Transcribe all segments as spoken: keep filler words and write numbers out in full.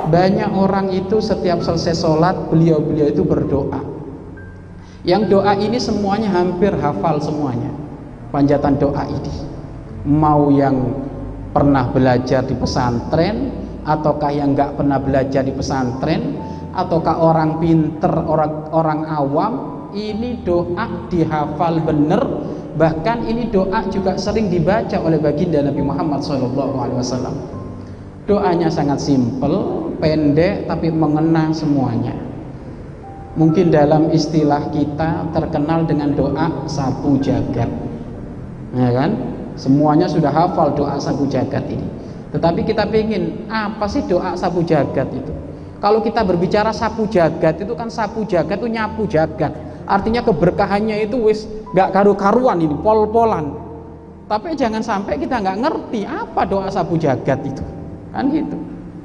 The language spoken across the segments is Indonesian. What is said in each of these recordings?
banyak orang itu setiap selesai sholat beliau-beliau itu berdoa. Yang doa ini semuanya hampir hafal semuanya, panjatan doa ini. Mau yang pernah belajar di pesantren, ataukah yang nggak pernah belajar di pesantren, ataukah orang pinter, orang orang awam, ini doa dihafal bener. Bahkan ini doa juga sering dibaca oleh baginda Nabi Muhammad shallallahu alaihi wasallam. Doanya sangat simpel, pendek, tapi mengena semuanya. Mungkin dalam istilah kita terkenal dengan doa sapu jagat, ya kan? Semuanya sudah hafal doa sapu jagat ini. Tetapi kita ingin apa sih doa sapu jagat itu? Kalau kita berbicara sapu jagat itu kan sapu jagat itu nyapu jagat. Artinya keberkahannya itu wis gak karu-karuan ini, pol-polan. Tapi jangan sampai kita nggak ngerti apa doa sapu jagat itu, kan gitu.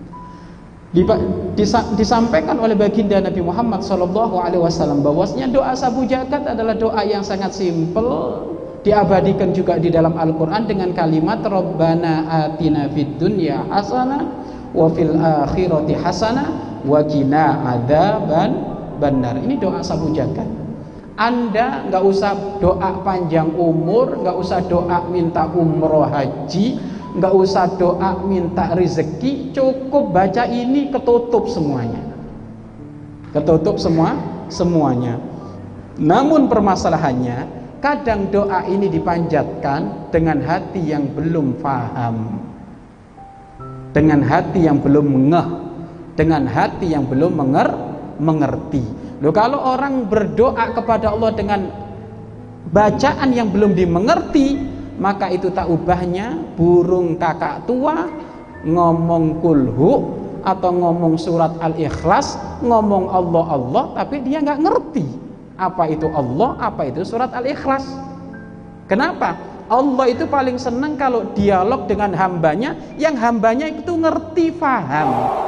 Disampaikan oleh baginda Nabi Muhammad shallallahu alaihi wasallam bahwasanya doa sapu jagat adalah doa yang sangat simpel, diabadikan juga di dalam Al-Quran dengan kalimat Rabbana atina fid dunya hasanah wa fil akhirati hasanah wa qina adzaban bannar. Ini doa sapu jagat. Anda nggak usah doa panjang umur, nggak usah doa minta umroh haji, nggak usah doa minta rezeki, cukup baca ini ketutup semuanya, ketutup semua semuanya. Namun permasalahannya, kadang doa ini dipanjatkan dengan hati yang belum paham, dengan hati yang belum ngeh, dengan hati yang belum menger mengerti. Loh, kalau orang berdoa kepada Allah dengan bacaan yang belum dimengerti, maka itu tak ubahnya burung kakak tua ngomong kulhu atau ngomong surat Al-Ikhlas, ngomong Allah Allah, tapi dia nggak ngerti apa itu Allah, apa itu surat Al-Ikhlas. Kenapa? Allah itu paling senang kalau dialog dengan hambanya, yang hambanya itu ngerti, paham.